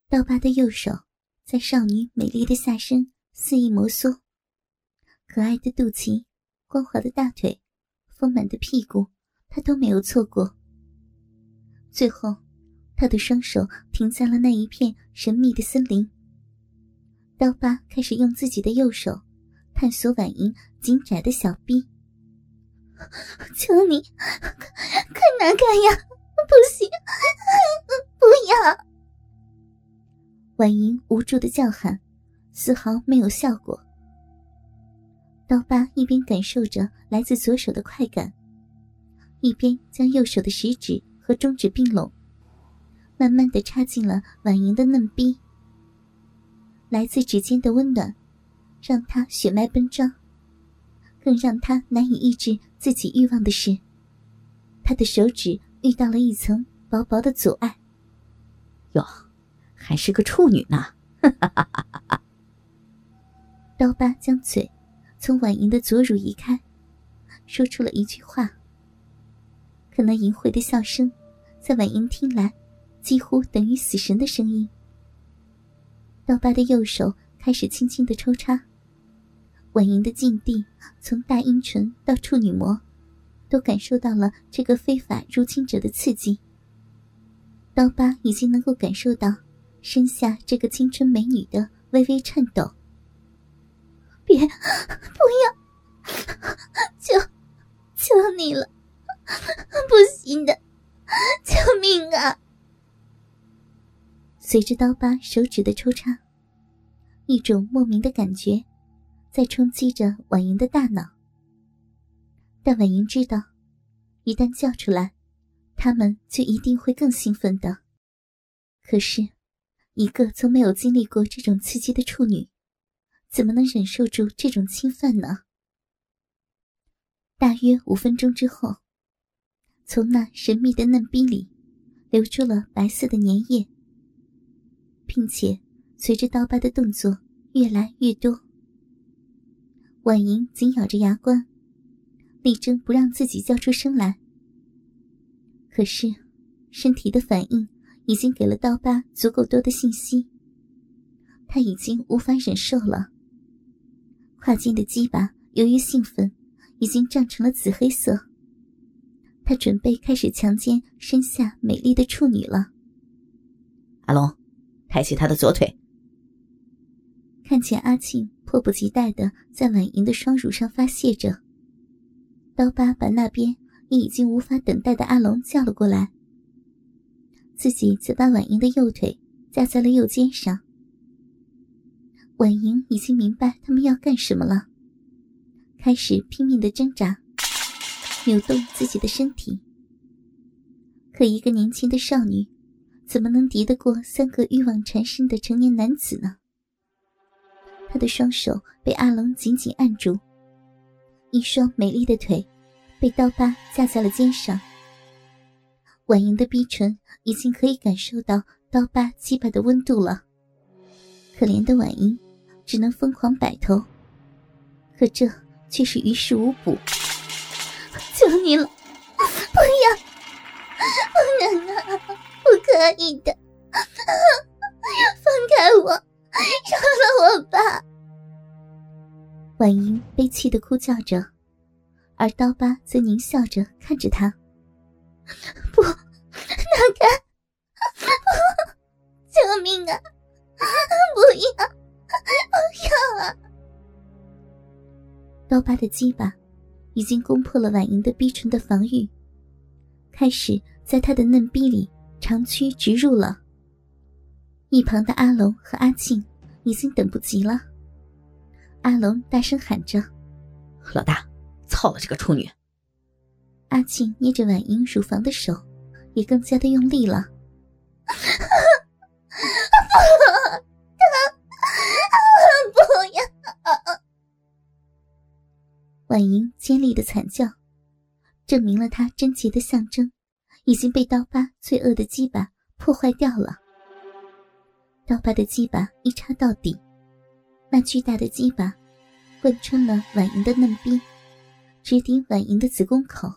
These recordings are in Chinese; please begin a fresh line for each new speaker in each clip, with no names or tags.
刀疤的右手在少女美丽的下身肆意摩挲，可爱的肚脐、光滑的大腿、丰满的屁股，他都没有错过。最后，他的双手停在了那一片神秘的森林。刀疤开始用自己的右手探索婉莹紧窄的小臂。求你，快拿开呀！不行，不要！婉莹无助的叫喊，丝毫没有效果。刀疤一边感受着来自左手的快感，一边将右手的食指和中指并拢，慢慢地插进了婉莹的嫩逼。来自指尖的温暖让她血脉奔张，更让她难以抑制自己欲望的是，她的手指遇到了一层薄薄的阻碍。
哟，还是个处女呢！
刀疤将嘴从婉莹的左乳移开，说出了一句话。可那淫秽的笑声在婉莹听来几乎等于死神的声音。刀疤的右手开始轻轻地抽插，婉莹的禁地从大阴唇到处女膜都感受到了这个非法入侵者的刺激。刀疤已经能够感受到身下这个青春美女的微微颤抖。别，不要，求你了，不行的，救命啊！随着刀疤手指的抽插，一种莫名的感觉在冲击着婉莹的大脑。但婉莹知道，一旦叫出来，他们就一定会更兴奋的。可是，一个从没有经历过这种刺激的处女，怎么能忍受住这种侵犯呢？大约5分钟之后，从那神秘的嫩逼里流出了白色的粘液，并且随着刀疤的动作越来越多。婉莹紧咬着牙关，力争不让自己叫出声来。可是身体的反应已经给了刀疤足够多的信息，他已经无法忍受了。跨间的鸡巴由于兴奋已经胀成了紫黑色，他准备开始强奸身下美丽的处女了。
阿龙，抬起他的左腿。
看见阿庆迫不及待地在婉莹的双乳上发泄着，刀疤把那边也已经无法等待的阿龙叫了过来，自己则把婉莹的右腿架在了右肩上。婉莹已经明白他们要干什么了，开始拼命地挣扎，扭动自己的身体。可一个年轻的少女怎么能敌得过3个欲望缠身的成年男子呢？她的双手被阿龙紧紧按住，一双美丽的腿被刀疤架在了肩上。婉莹的逼唇已经可以感受到刀疤鸡巴的温度了，可怜的婉莹只能疯狂摆头，可这却是于事无补。求你了，不要，不能啊，不可以的，放开我，饶了我吧！婉莹悲泣地哭叫着，而刀疤则狞笑着看着她。不，拿开！救命啊！不要，不要啊！刀疤的鸡巴已经攻破了婉莹的逼唇的防御，开始在她的嫩逼里长驱直入了。一旁的阿龙和阿庆已经等不及了。阿龙大声喊着：
老大，操了这个处女！
阿庆捏着婉莹乳房的手也更加的用力了。不要！婉莹尖利的惨叫证明了她贞洁的象征已经被刀疤罪恶的鸡巴破坏掉了。刀疤的鸡巴一插到底，那巨大的鸡巴贯穿了婉莹的嫩逼，直抵婉莹的子宫口。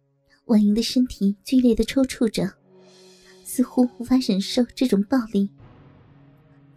婉莹的身体剧烈地抽搐着，似乎无法忍受这种暴力，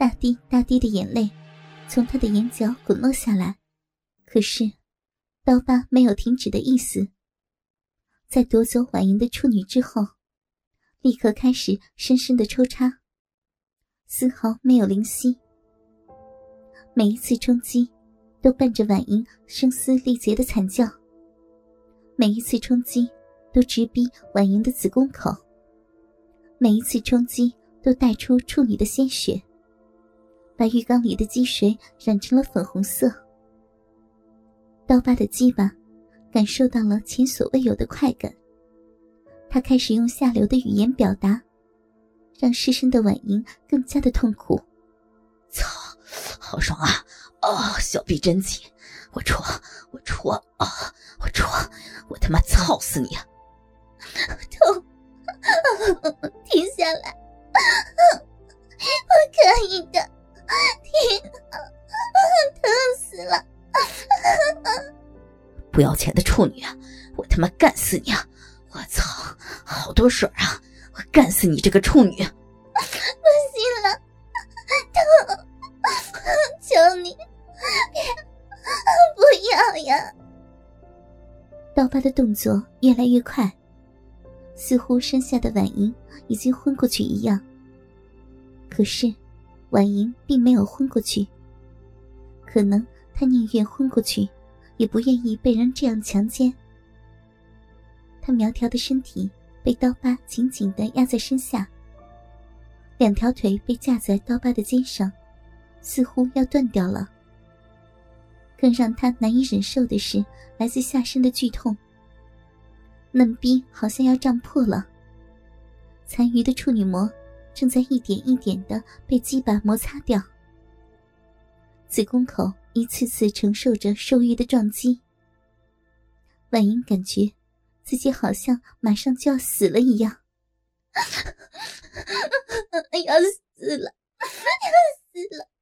大滴大滴的眼泪从他的眼角滚落下来，可是刀疤没有停止的意思。在夺走婉莹的处女之后，立刻开始深深的抽插，丝毫没有灵犀。每一次冲击都伴着婉莹声嘶力竭的惨叫，每一次冲击都直逼婉莹的子宫口，每一次冲击都带出处女的鲜血，把浴缸里的积水染成了粉红色。刀疤的鸡巴感受到了前所未有的快感，他开始用下流的语言表达，让失身的婉莹更加的痛苦。
操，好爽啊！哦，小臂真紧，我戳啊，我他妈操死你啊！
痛，停下来，我可以的，停，疼死了！
不要钱的处女啊，我他妈干死你啊！我操，好多水啊！我干死你这个处女！
不行了，疼，求你不要呀！刀疤的动作越来越快，似乎身下的婉莹已经昏过去一样。可是婉莹并没有昏过去，可能她宁愿昏过去，也不愿意被人这样强奸。她苗条的身体被刀疤紧紧地压在身下，两条腿被架在刀疤的肩上，似乎要断掉了。更让她难以忍受的是来自下身的剧痛，嫩逼好像要胀破了，残余的处女膜正在一点一点地被鸡巴摩擦掉，子宫口一次次承受着受欲的撞击。婉莹感觉自己好像马上就要死了一样，要死了，要死了，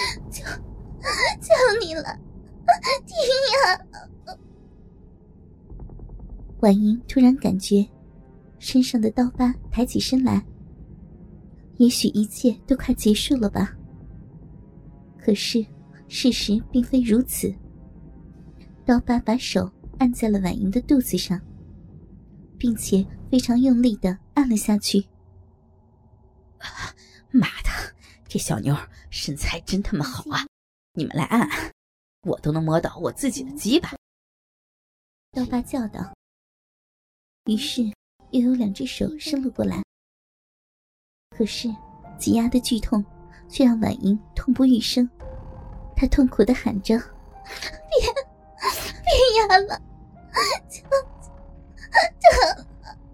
求你了，停呀！婉莹突然感觉身上的刀疤抬起身来，也许一切都快结束了吧。可是事实并非如此，刀疤把手按在了婉莹的肚子上，并且非常用力地按了下去。
妈的，这小妞身材真他妈好啊！你们来按，我都能摸到我自己的鸡巴。
刀疤叫道。于是又有两只手伸了过来，可是挤压的剧痛却让婉莹痛不欲生，她痛苦地喊着：别压了，求疼！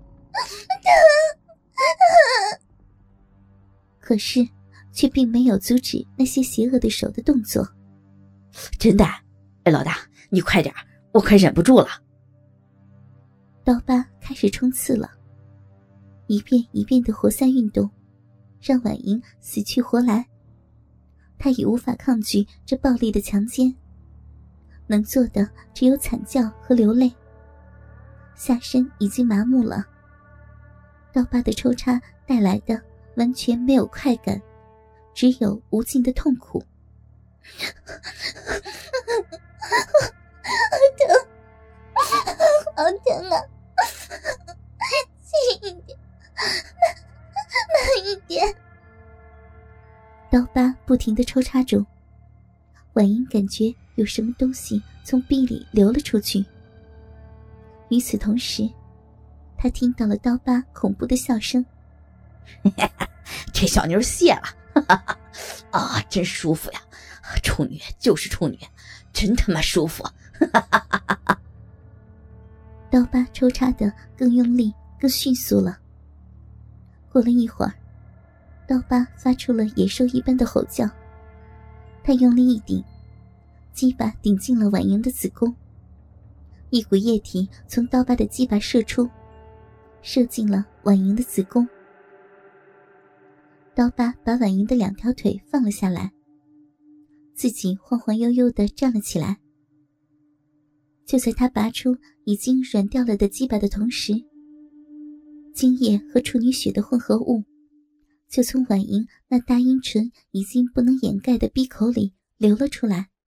可是却并没有阻止那些邪恶的手的动作。
真的？哎，老大，你快点，我快忍不住了。
刀疤开始冲刺了，一遍一遍的活塞运动让婉莹死去活来。她已无法抗拒这暴力的强奸，能做的只有惨叫和流泪，下身已经麻木了。刀疤的抽插带来的完全没有快感，只有无尽的痛苦。好疼啊！轻一点，慢一点。刀疤不停地抽插中，婉莹感觉有什么东西从壁里流了出去。与此同时，她听到了刀疤恐怖的笑声。
这小妞谢了，啊，真舒服呀！处女就是处女，真他妈舒服！
刀疤抽插得更用力更迅速了。过了一会儿，刀疤发出了野兽一般的吼叫，他用力一顶，鸡巴顶进了婉莹的子宫，一股液体从刀疤的鸡巴射出，射进了婉莹的子宫。刀疤把婉莹的两条腿放了下来，自己晃晃悠悠地站了起来。就在他拔出已经软掉了的鸡巴的同时，精液和处女血的混合物就从婉莹那大阴唇已经不能掩盖的闭口里流了出来。